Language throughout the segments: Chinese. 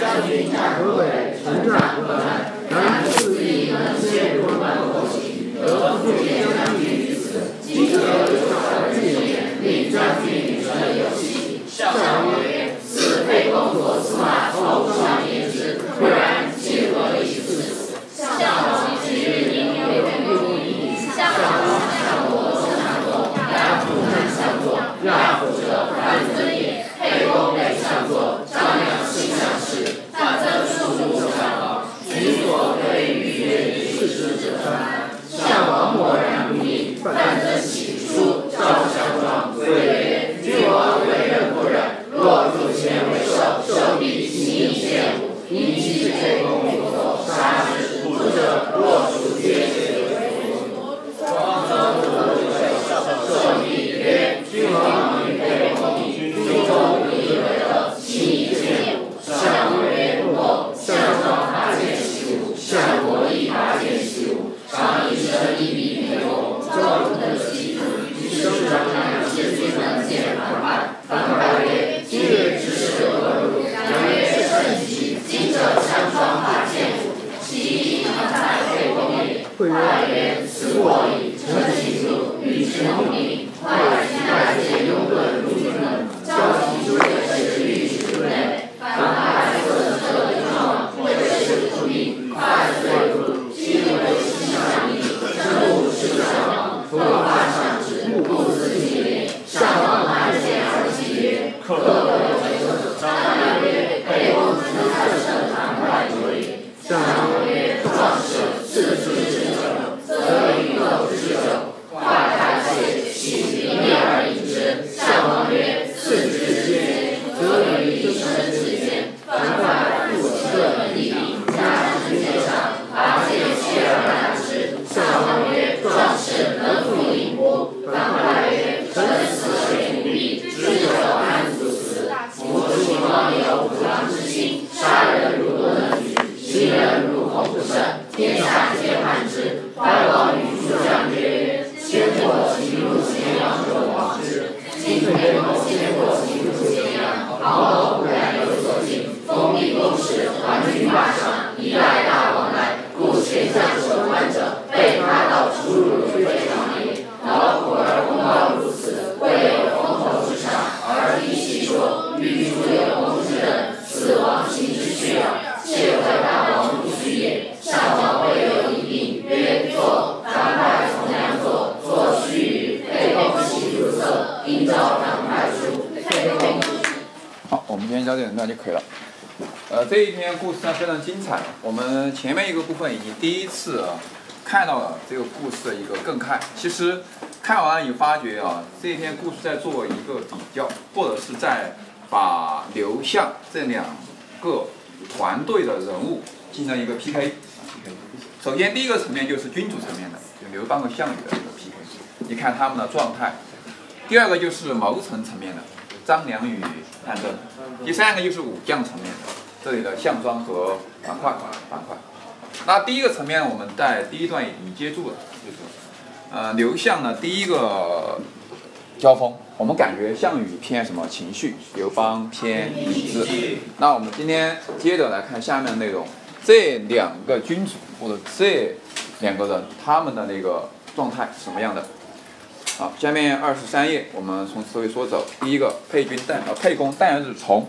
河北城战河南，然自亦能先国乱后行，得不见将军于此。今得有少而进言，令将军与臣有隙。少王曰：此沛公左司马曹上言之，不然今何以此？项王即日因有用意，项王向我周长公，亚父难相作，亚父者范增也。沛公累相作，张良性相视，范增数入上榜，举所对于曰事之者三。项王默然不应，范增起书召项庄，谓曰：君王为人不忍，若入前为寿，寿必行义献武，因其沛公不否，杀之。不者，若属绝绝。王曾不寿必曰：君王与沛公，君中不以为乐，行义献武。项王曰：诺。项庄拔剑习武，项伯亦拔剑习武。常以身一比沛公，周不能其主。于是张良皆君能见反叛。反叛曰：今日之事何如？良曰：甚奇。今者项庄拔剑舞，其意能在沛公也。快曰：此过矣。臣行路，欲之谋兵。快即带剑拥盾入军门，交其诸烈士，欲取之内。反派自设敌状，为士出兵。快遂入，须为心上意，身无事上王，不犯上旨，故自纪烈。上王来见而泣曰：克为者。张良曰：沛公之战胜樊哙者也。项王曰：壮士，士之之者，则与斗之者。快太谢，许一面而饮之。项王曰：士之间，则与一生之间。樊哙复设门立壁，加之剑上，拔剑切而难之。项王曰：壮士能复饮乎？樊哙曰：臣死水不避，知有安卒死。夫秦王有虎狼之心，杀人如不能举，行人如恐不胜，天下皆叛之。怀王与诸将曰：先过其入咸阳者亡之。今沛公先过其入咸阳，毫头不然有所进，封立公室，还军霸上，依赖大王来，故权相守官者，被他道出入非常也。劳苦而功高如此，未有封侯之赏，而依其说，欲除有功之任，此王行之去耳。谢为大王不许也。项王未有一病，曰：坐。樊哙从良坐，坐须臾，沛公喜入色，应召樊哙书。沛公。 好，我们今天教这两段就可以了。这一篇故事呢非常精彩。我们前面一个部分已经第一次看到了这个故事的一个更看。其实看完以后发觉这一篇故事在做一个比较，或者是在把刘项这两个团队的人物进行一个 PK。首先第一个层面就是君主层面的，就刘邦和项羽的一个 PK， 你看他们的状态。第二个就是谋臣层面的，张良与范增。第三个就是武将层面的，这里的项庄和樊哙。那第一个层面我们在第一段已经接住了，就是刘项呢第一个交锋，我们感觉项羽偏什么情绪，刘邦偏理智。那我们今天接着来看下面的内容，这两个君主或者这两个人他们的那个状态是什么样的？好，下面23页我们从词尾说走。第一个沛公诞日从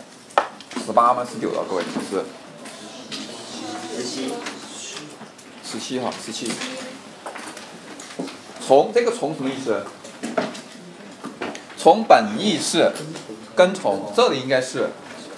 18吗？19了，各位是17哈，17。从这个从什么意思？从本意是跟从，这里应该是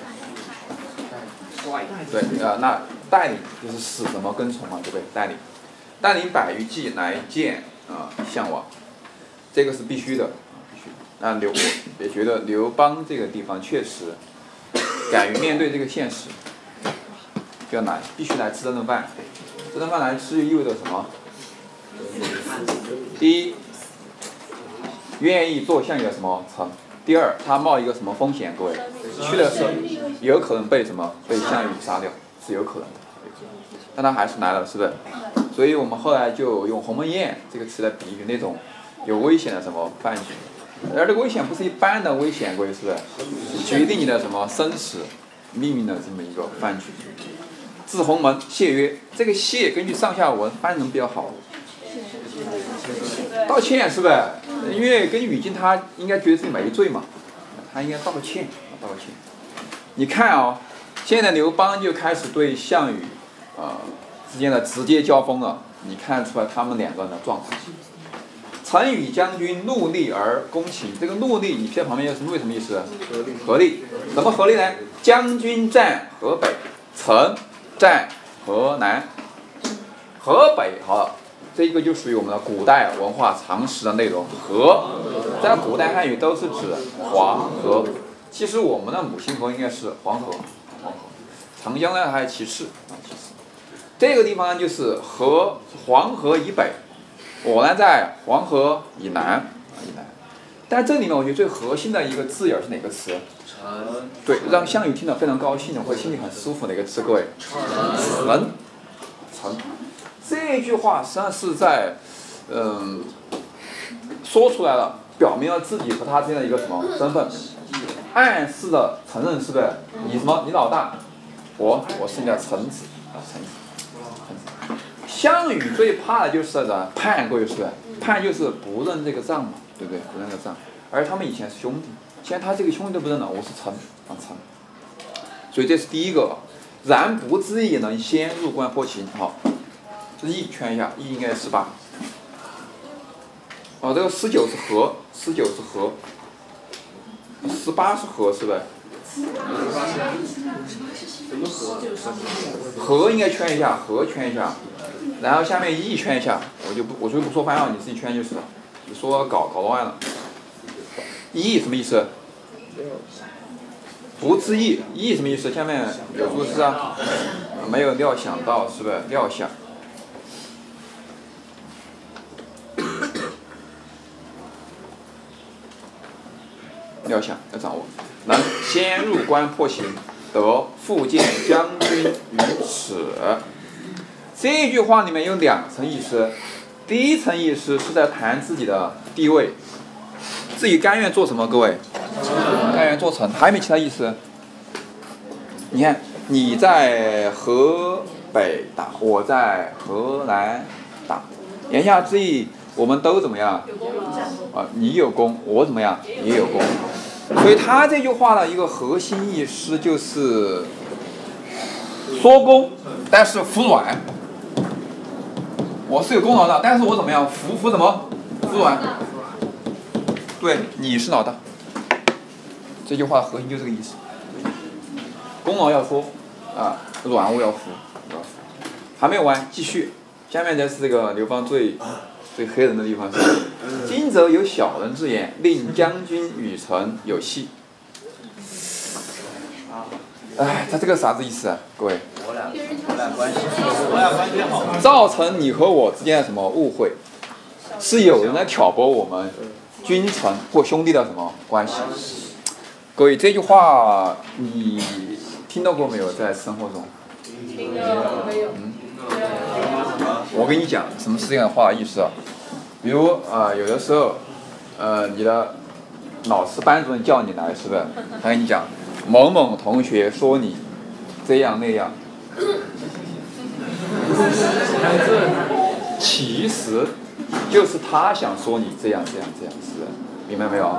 对那带领就是使什么跟从嘛，对不对？带领百余骑来见项王，这个是必须的。那我也觉得刘邦这个地方确实敢于面对这个现实，比较难，必须来吃这顿饭。这顿饭来吃意味着什么？第一，愿意做项羽的什么臣？第二，他冒一个什么风险？各位，去的时候有可能被什么？被项羽杀掉，是有可能的。但他还是来了，是不是？所以我们后来就用鸿门宴这个词来比喻那种有危险的什么饭局，而这个危险不是一般的危险，各位是不是？决定你的什么生死， 命运的这么一个饭局。至鸿门，谢曰，这个谢根据上下文翻译成比较好。道歉是不是？因为根据语境，他应该觉得自己没罪嘛，他应该道歉。你看啊，现在刘邦就开始对项羽之间的直接交锋了，你看出来他们两个人的状态。臣与将军怒力而攻秦，这个怒力你批在旁边就是怒力什么意思？合力。怎么合力呢？将军占河北，臣占河南。河北好了，这个就属于我们的古代文化常识的内容。河在古代汉语都是指黄河，其实我们的母亲河应该是黄河，长江呢还其次。这个地方呢就是黄河以北，我呢在黄河以南。但这里面我觉得最核心的一个字眼是哪个词？对，让项羽听得非常高兴的，或者心里很舒服的一个词，各位，臣。这句话实际上是在，说出来了，表明了自己和他之间的一个什么身份，暗示的承认是不是？你什么？你老大，我是你的臣子啊，臣子。项羽最怕的就是叛，各位是不是？叛就是不认这个账嘛，对不对？不认这个账。而他们以前是兄弟，现在他这个兄弟都不认了，我是臣。所以这是第一个。然不知义能先入关破秦，好，这义圈一下，义应该是18。这个19是和，18是和，是不是？和应该圈一下，和圈一下，然后下面义圈一下，我就不说番号，你自己圈就是了。你说搞乱了。义什么意思？不知义，义什么意思？下面有注释啊，没有料想到，是不是？料想。料想要掌握，能先入关破秦，得复见将军于此。这句话里面有2层意思，第一层意思是在谈自己的地位，自己甘愿做什么？各位，甘愿做臣，还有没有其他意思？你看，你在河北打，我在河南打，言下之意，我们都怎么样？你有功，我怎么样？也有功。所以他这句话的一个核心意思就是说功，但是服软。我是有功劳的，但是我怎么样？服什么？服软。对，你是老大。这句话核心就是这个意思。功劳要说，软物要服。还没有完，继续。下面才是这个刘邦最黑人的地方是，今则有小人之言，令将军与臣有隙。他这个啥子意思啊？各位？我俩关系好。造成你和我之间的什么误会？是有人在挑拨我们君臣或兄弟的什么关系？各位，这句话你听到过没有？在生活中？ 听到没有？ 我跟你讲，什么是这样的话的意思啊？比如有的时候，你的老师班主任叫你来，是不是？他跟你讲，某某同学说你这样那样，其实就是他想说你这样，是明白没有？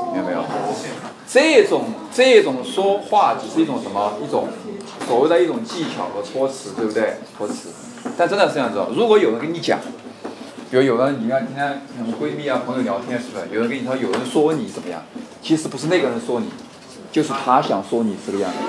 这种说话只是一种什么？一种所谓的一种技巧和措辞，对不对？措辞。但真的是这样子，如果有人跟你讲，比如有人，你看今天闺蜜朋友聊天，是不是？有人跟你说，有人说你怎么样，其实不是那个人说你，就是他想说你这个样子。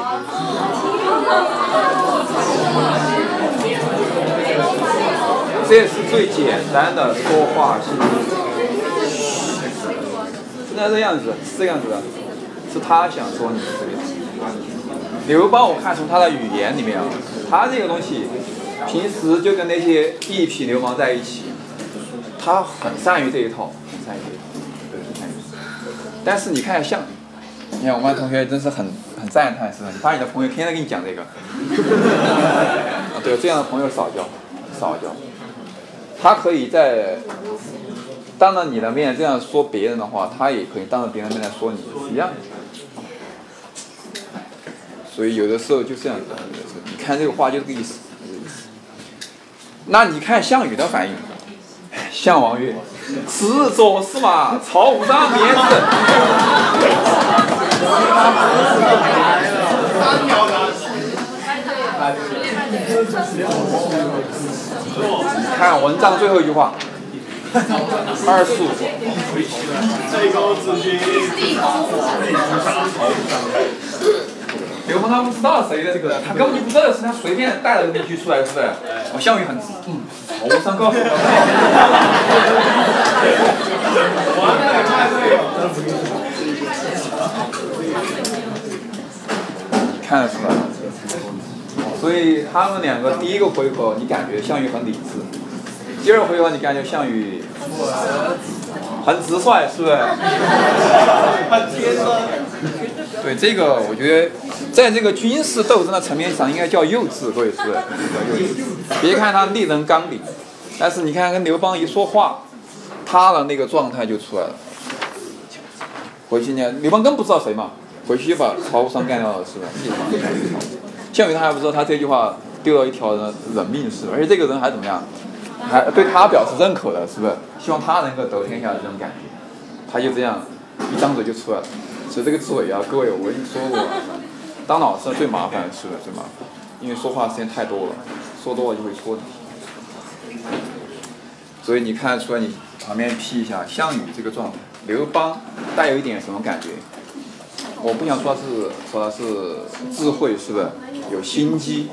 这是最简单的说话形式，是这样子，是这样子的，是他想说你这个样子。刘邦，我看从他的语言里面啊，他这个东西。平时就跟那些一痞流氓在一起，他很善于这一套，但是你看像，你看我们班同学真是很赞叹，是吧？你发现你的朋友天天跟你讲这个，对，这样的朋友少交。他可以在当着你的面这样说别人的话，他也可以当着别人的面来说你，是一样的。 所以有的时候就这样子。你看这个话就这个意思，那你看项羽的反应，项王曰：“此左司马曹彰免死。”看文章最后一句话，2四5。刘邦他不知道谁的这个，他根本就不知道是他随便带了这么一句出来，是不是？项羽很曹彰告诉我。看得出来。所以他们两个第一个回合，你感觉项羽很理智；第二回合，你感觉项羽很直率，是不是？很天真。对这个，我觉得在这个军事斗争的层面上，应该叫幼稚，各位是不是？别看他立人纲领，但是你看跟刘邦一说话，他的那个状态就出来了。回去呢，刘邦更不知道谁嘛，回去就把曹彰干掉了，是不是？项羽他还不知道他这句话丢了一条人命，是吧？而且这个人还怎么样，还对他表示认可的，是不是？希望他能够得天下的这种感觉，他就这样一张嘴就出来了。所以这个嘴啊，各位我已经说过，当老师最麻烦，是不是最麻烦？因为说话时间太多了，说多了就会戳你。所以你看得出来，你旁边批一下项羽这个状态，刘邦带有一点什么感觉？我不想说他是智慧，是不是？有心机，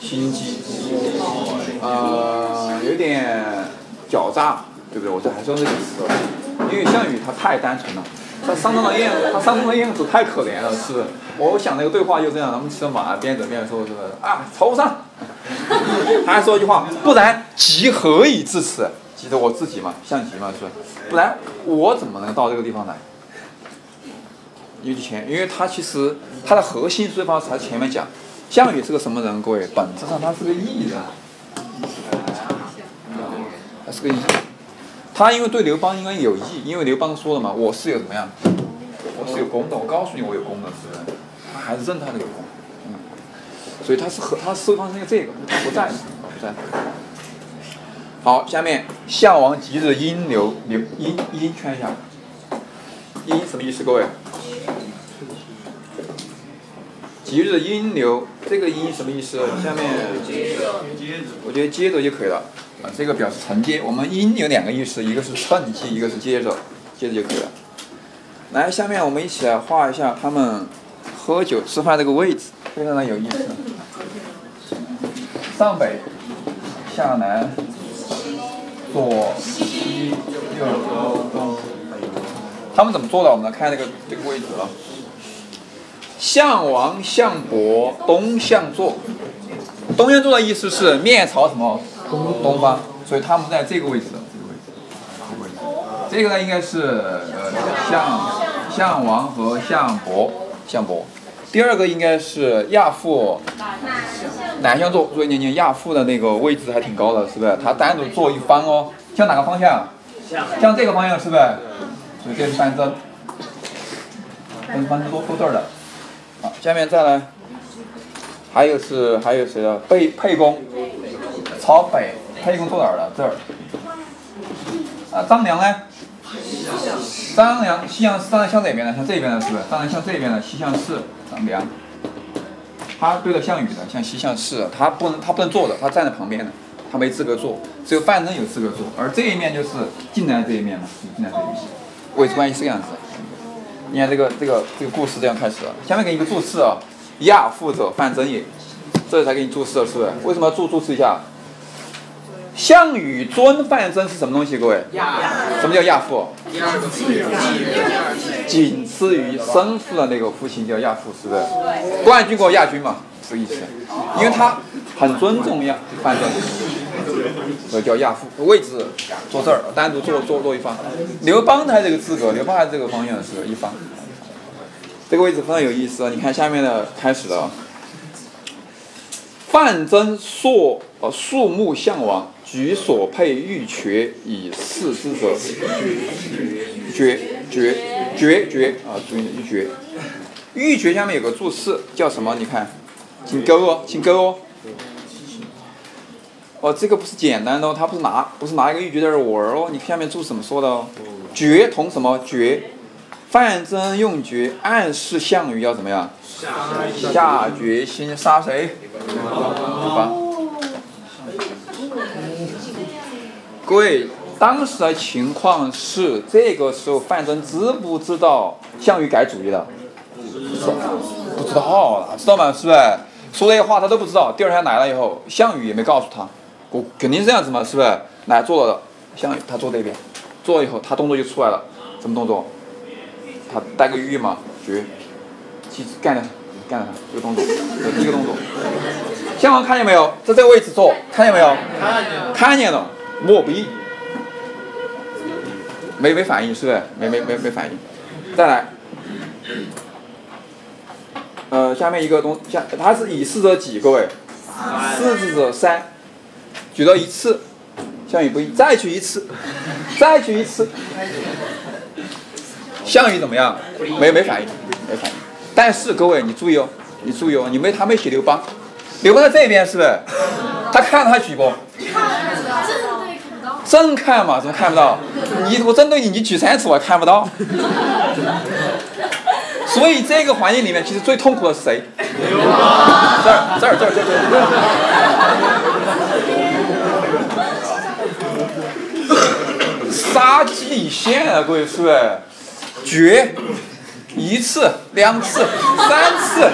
有点狡诈，对不对？我这还是用这个词，因为项羽他太单纯了，他上中的燕子太可怜了，是不是？我想那个对话就这样，他们骑着马边走边说，是不是？啊，曹彰，他还说一句话，不然急何以至此？急着我自己嘛，项籍嘛，是不是？不然我怎么能到这个地方来？因为他其实他的核心说法才前面讲，项羽是个什么人？各位，本质上他是个义人，他是个义人。他因为对刘邦应该有义，因为刘邦说了嘛，我是有怎么样？我是有功的，我告诉你我有功的，是不是？他还是认他的有功，所以他思维方式是这个，他不在乎。好，下面项王即日阴流阴圈一下，阴什么意思？各位？即日阴流，这个阴什么意思？下面我觉得接着就可以了。这个表示承接。我们阴有2个意思，一个是趁机，一个是接着就可以了。来，下面我们一起来画一下他们喝酒吃饭这个位置，非常的有意思。上北下南左西右东，他们怎么做的？我们来看这个位置了。项王、项伯东向坐，东向坐的意思是面朝什么？东方，所以他们在这个位置，这个呢应该是项王和项伯。第二个应该是亚父南向坐，所以你亚父的那个位置还挺高的，是不是？他单独坐一方哦，向哪个方向？向这个方向，是不是？所以这是方针，跟方针都这儿的。好，下面再来，还有谁的？沛公，朝北，沛公坐哪儿了？这儿。张良呢？张良西向哪边的？向这边的，是不是？张良向这边的，西向是张良。他对着项羽的，向西向是，他不能坐的，他站在旁边的，他没资格坐，只有范增有资格坐。而这一面就是进来这一面嘛，进来这一面。位置关系是这样子。你看这个故事这样开始了，下面给你一个注释啊，亚父者范增也，这才给你注释了，是不是？为什么要注释一下？项羽尊范增是什么东西？各位，什么叫亚父？仅次于生父的那个父亲叫亚父，是不是？冠军过亚军嘛，这个意思。因为他很尊重范增，所以叫亚父。位置坐这儿，单独坐一方。刘邦他这个资格，刘邦还是这个方向是一方。这个位置非常有意思啊！你看下面的开始了。范增树木项王，举所佩玉阙以示之者，绝啊！注意一绝。 玉诀下面有个注释叫什么？你看，请勾哦，请勾哦。哦，这个不是简单的哦，他不是拿一个玉诀在这玩哦。你看下面注怎么说的哦？诀同什么诀？范增用诀暗示项羽要怎么样？下决心杀谁？对吧？各位，当时的情况是，这个时候范增知不知道项羽改主意了？不知道，知道吗？是不是？说这些话他都不知道。第二天来了以后，项羽也没告诉他，我肯定是这样子嘛，是不是？来做了，项羽他坐这边，做了以后他动作就出来了，什么动作？他带个玉嘛，绝，干了他这个动作，第一个动作。项王看见没有？在这个位置做，看见没有？看见了，莫不义。没反应，是不是？没反应。再来，下面一个它是以四者几？各位，四字者三，举了一次，项羽不义，再举一次，再举一次。项羽怎么样？没反应。但是各位，你注意哦，他没写刘邦，刘邦在这边是不是？他看他举不？正看嘛，怎么看不到？我针对你举3次我还看不到。所以这个环境里面，其实最痛苦的是谁？这儿。杀鸡以献啊，各位是不是？绝1次、2次、3次，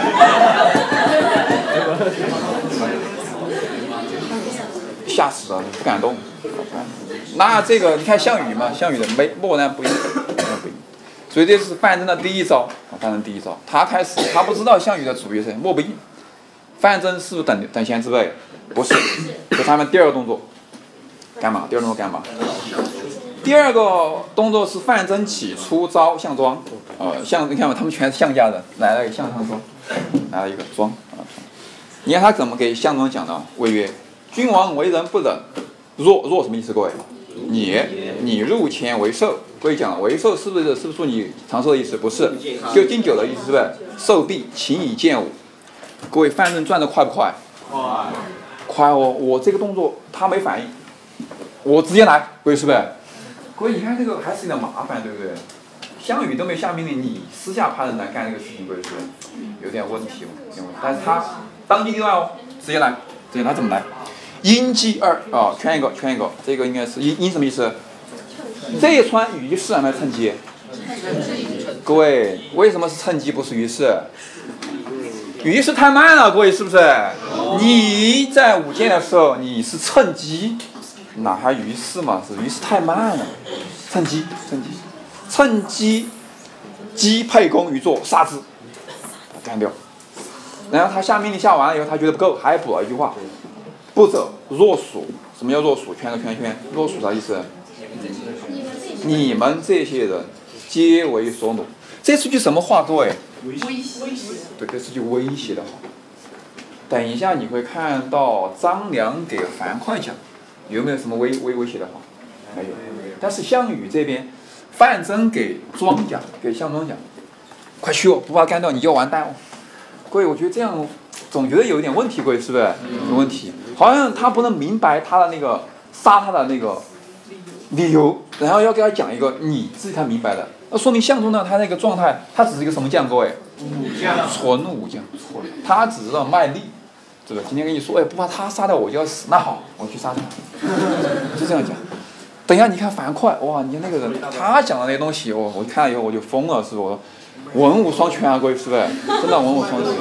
吓死了，不敢动。那这个你看项羽嘛，项羽的默然不应，所以这是范增的第一招。他不知道项羽的主意是默不应。范增是不是等闲之辈？不是，这他们第二个动作干嘛？第二个动作是范增起出招项庄，你看嘛，他们全是项家人，来了一个项庄，来了一个庄啊。你看他怎么给项庄讲的？谓曰：君王为人不忍，弱什么意思？各位，你入前为寿。各位讲为寿是不是说你长寿的意思？不是，就敬酒的意思，是不是？寿毕，请以见武。各位，范增转得快不快？快哦！我这个动作他没反应，我直接来，各位是不是？各位，你看这个还是有点麻烦，对不对？项羽都没下命令，你私下派人来干这个事情，各位是不是有点问题？但是他当机立断哦，直接来，他怎么来？因击二啊，圈一个，这个应该是因什么意思？这一串于是还没趁机？各位，为什么是趁机不是于是？于是太慢了，各位是不是？你在舞剑的时候你是趁机。哪还于是嘛？是于是太慢了，趁机击沛公于坐，杀之，干掉。然后他下命令下完了以后，他觉得不够，还补了一句话：不者若属。什么叫若属？圈个圈。若属啥意思？你们这些人皆为所奴。这是句什么话？各位？威胁。对，这是句威胁的话。等一下你会看到张良给樊哙讲。有没有什么威胁的话？没有。但是项羽这边，范增给项庄讲，快去哦，不把他干掉你就完蛋哦。各位，我觉得这样总觉得有点问题，各位是不是？有问题，好像他不能明白他的那个杀他的那个理由，然后要给他讲一个你自己才明白的，那说明项庄呢，他那个状态，他只是一个什么将？各位，纯武将，他只知道卖力。对吧？今天跟你说，不怕他杀掉我就要死，那好，我去杀他，就这样讲。等一下，你看樊哙，哇，你看那个人，他讲的那些东西，我看了以后我就疯了，是不是？我说文武双全啊，各位，是不是？真的文武双全。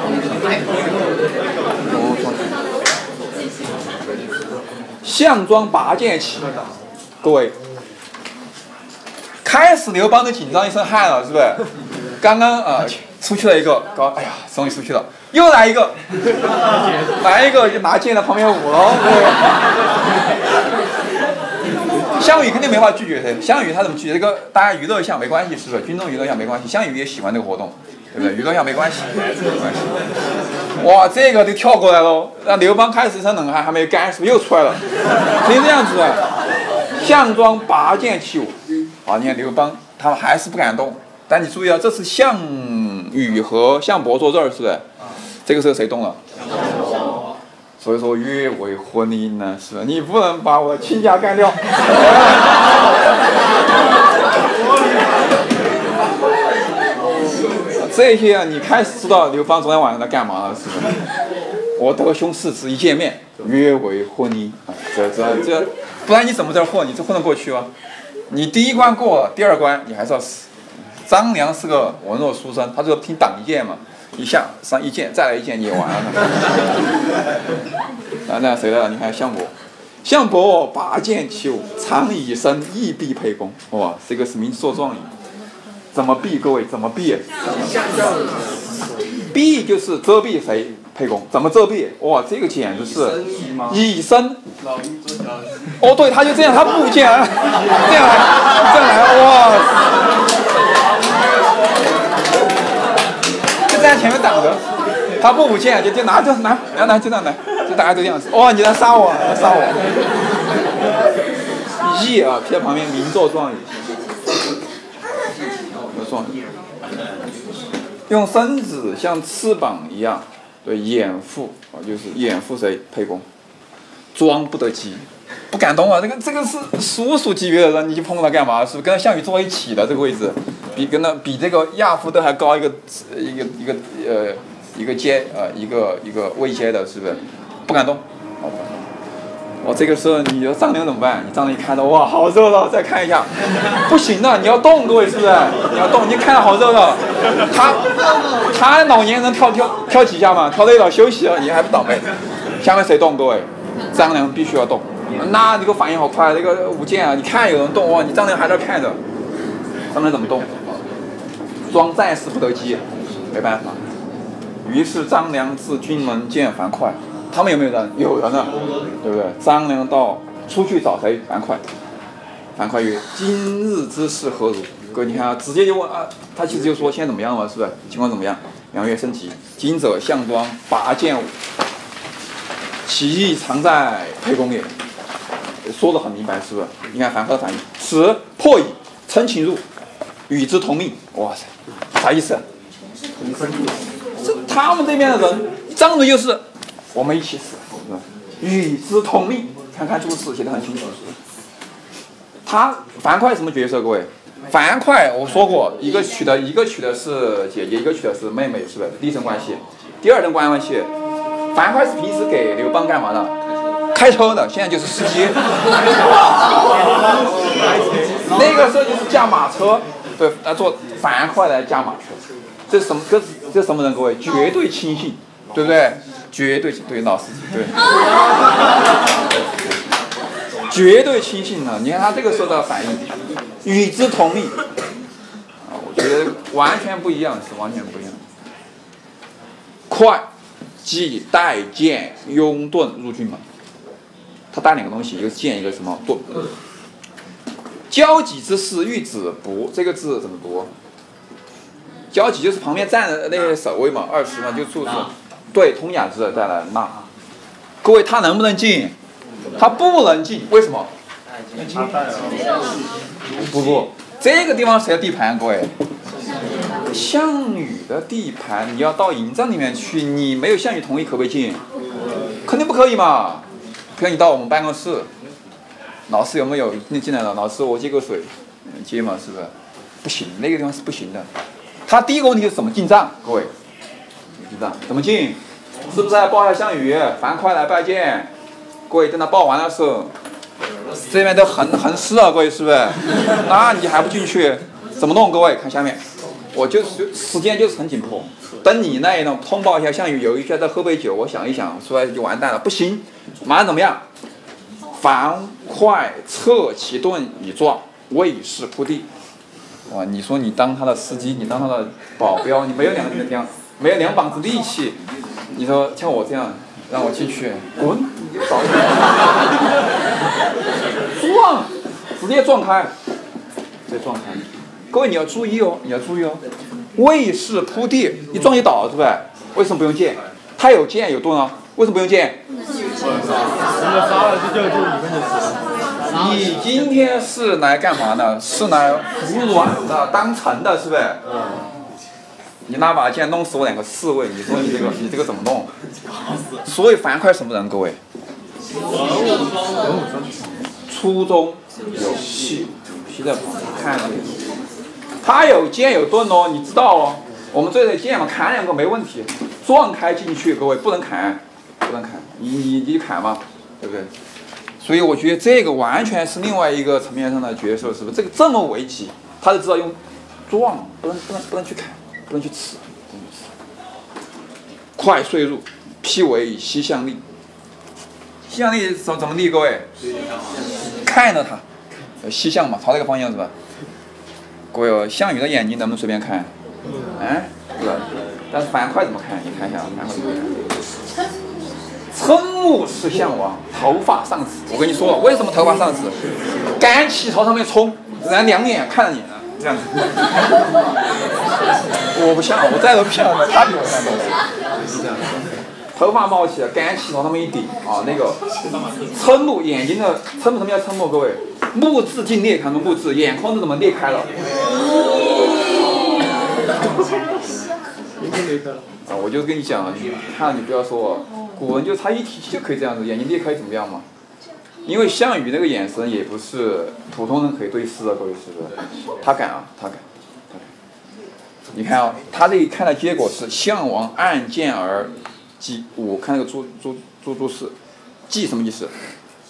项庄拔剑起，各位，开始刘邦就紧张一身汗了，是不是？刚刚出去了一个，哎呀，终于出去了。又来一个就拿剑在旁边舞了。项羽肯定没法拒绝谁，项羽他怎么拒绝？这个大家娱乐一下没关系，是不是？军中娱乐一下没关系，项羽也喜欢这个活动，对不对？娱乐一下没关系。哇，这个就跳过来了，让刘邦开始一身冷汗，还没干，是不是又出来了？所以这样子，项庄拔剑起舞。啊，你看刘邦他们还是不敢动，但你注意啊，这是项禹和项伯坐这儿，是不是？这个时候谁动了？所以说约为婚姻呢，是吧？你不能把我亲家干掉。这些啊，你开始知道刘邦昨天晚上在干嘛了，是不是？我德兄四子一见面，约为婚姻啊，这，不然你怎么在这混？你这混得过去吗？你第一关过了，第二关你还是要死。张良是个文弱书生，他就凭挡一箭嘛，一下上一箭，再来一箭你也完了。那谁来了？你看项伯，项伯拔剑起舞，常以身，亦必沛公。哇，这个是名作状语。怎么避？各位怎么避？避就是遮蔽谁？沛公。怎么遮蔽？哇，这个简直是以身。哦，对，他就这样，他不见来，这样来，哇，就在前面挡着，他不舞剑，就拿就这样来，就大家都这样子。哦，你来杀我，义啊，贴旁边名作状语。用身子像翅膀一样，对，掩护啊，就是掩护谁？沛公。庄不得机，不敢动啊！这个是叔叔级别的人，你去碰他干嘛？是不是跟项羽坐一起的这个位置，比这个亚夫都还高一个阶一个位阶的，是不是？不敢动。我这个时候你说张良怎么办？你张良一看到哇，好热闹，再看一下，不行的，你要动，各位是不是？你要动，你看到好热闹，他老年人跳几下嘛，跳累了休息了，你还不倒霉？下面谁动？各位？张良必须要动，那这个反应好快，这个舞剑啊，你看有人动哇，你张良还在看着，张良怎么动？庄暂时不得机，没办法。于是张良至军门见樊哙，他们有没有人？有人呢，对不对？张良出去找谁？樊哙。樊哙曰：“今日之事何如？”各位你看啊，直接就问啊，他其实就说现在怎么样嘛，是不是？情况怎么样？梁曰：“甚急。今者项庄拔剑舞。其意常在沛公也，说得很明白，是不是？你看樊哙的反应，此破矣，称秦入，与之同命。哇塞，啥意思？这他们这边的人，张嘴就是我们一起死，是吧？与之同命，看看注释写得很清楚。他樊哙什么角色？各位，樊哙我说过，一个娶的是姐姐，一个娶的是妹妹，是不是？第一层关系，第二层关系。樊哙是平时给刘邦干嘛的？开车的，现在就是司机。那个时候就是驾马车，对，做樊哙来驾马车。这是什么？这是什么人？各位，绝对亲信，对不对？绝对对老司机，对。绝对亲信呢？你看他这个时候的反应，与之同命。啊，我觉得完全不一样，是完全不一样。快。即带剑拥盾入军门，他带两个东西，一个剑，一个什么盾。交戟之士，欲止不，这个字怎么读？交戟就是旁边站的那些守卫嘛，20嘛，就处处对通雅字带来那。各位，他能不能进？他不能进，为什么？不，这个地方谁的地盘？各位？项羽的地盘，你要到营帐里面去，你没有项羽同意可不可以进？肯定不可以嘛。比如你到我们办公室，老师有没有你进来了？老师我接个水，接嘛是不是？不行，那个地方是不行的。他第一个问题是怎么进帐？各位，进帐怎么进？是不是要报一下项羽？樊哙来拜见。各位等他报完的时候，这边都很湿啊，各位是不是？那你还不进去，怎么弄？各位看下面。我就是时间就是很紧迫，等你那一种通报一下项羽有一些在喝杯酒，我想一想出来就完蛋了，不行，马上怎么样？樊哙策其盾以状，卫士铺地。哇，你说你当他的司机，你当他的保镖，你没有2膀子力气，你说像我这样让我进去，滚，你早撞，直接撞开，直接撞开。各位你要注意哦，卫士铺地，一撞就倒了，对不对？为什么不用剑？他有剑有盾啊，为什么不用剑？你今天是来干嘛呢？是来服软的，当成的，是不是？ 你拿把剑弄死我2个侍卫，你说你这个怎么弄？所以樊哙什么人？各位？粗中有细，细在旁边看着。他有剑有盾哦，你知道哦。我们这里剑嘛，砍2个没问题，撞开进去，各位不能砍，不能砍，你砍嘛，对不对？所以我觉得这个完全是另外一个层面上的角色，是不是？这个这么危急，他就知道用撞，不能去砍，不能去刺，快遂入，辟为以西向立。西向立怎么立？各位，看着他，西向嘛，朝这个方向是吧？各位，项羽的眼睛能不能随便看？哎，是吧？但是樊哙怎么看？你看一下，樊哙怎么看？瞠目视项王，头发上指。我跟你说了，为什么头发上指？赶起朝上面冲，然后2眼看着你呢，这样子。我不像，我再都骗了，他比我看多。是这样。头发冒起来，赶起朝上面一顶啊，那个瞠目眼睛的瞠目，什么叫瞠目？各位，目眦尽裂，看到目眦，眼眶子怎么裂开了？啊，我就跟你讲，你看你不要说，古人就差一提就可以这样子，眼睛裂开怎么样嘛？因为项羽那个眼神也不是普通人可以对视的，各位是不是？他敢啊，他敢。你看啊，他这一看的结果是项王按剑而击。我看那个注释，击什么意思？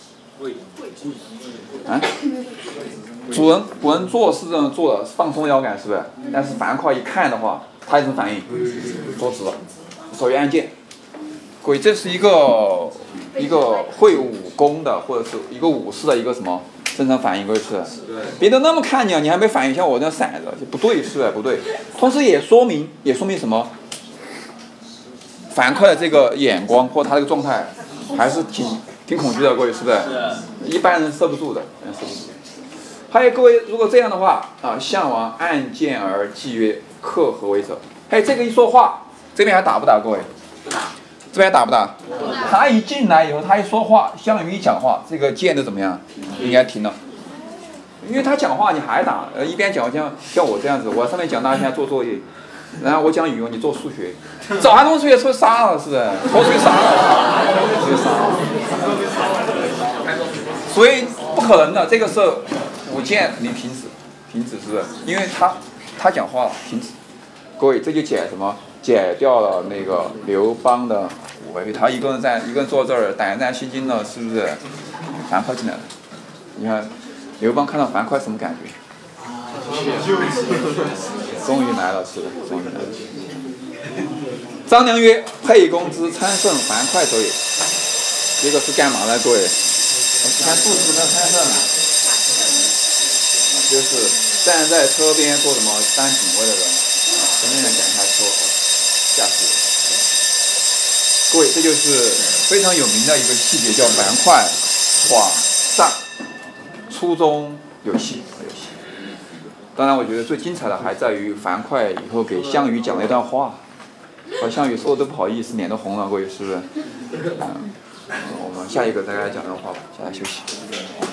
啊？古人做事这么做的放松腰杆，是不是？但是樊哙一看的话，他有什么反应？坐直了，手一按键。各位，这是一个会武功的，或者是一个武士的一个什么正常反应，各位是？别人那么看你，你还没反应，像我这样闪着，不对，是不是？不对。同时也说明什么？樊哙的这个眼光或他这个状态，还是挺恐惧的，各位是不是？一般人受不住的，还有各位，如果这样的话啊，项王按剑而击曰：“克何为者？”哎，这个一说话，这边还打不打？各位，这边还打不打？他一进来以后，他一说话，项羽一讲话，这个剑都怎么样？应该停了，因为他讲话你还打，一边讲像我这样子，我上面讲大家现在做作业，然后我讲语文，你做数学，早还弄数学出去杀了，是不是？出去杀了，所以不可能的，这个时候舞剑肯定停止，是不是？因为他讲话了，停止。各位，这就解什么？解掉了那个刘邦的武威，他一个人坐这儿胆战心惊的，是不是？樊哙进来了，你看刘邦看到樊哙什么感觉？终于来了，是的，终于来了。张良曰：“沛公之参胜樊哙者也。”这个是干嘛呢？各位，你看肚子没有参胜啊，就是站在车边做什么当警卫的人，前面人赶下车，吓死人。各位，这就是非常有名的一个细节，叫樊哙谎上，粗中有细。当然，我觉得最精彩的还在于樊哙以后给项羽讲了一段话，把项羽说的都不好意思，脸都红了，各位是不是？我们下一个再来讲这段话吧，下来休息。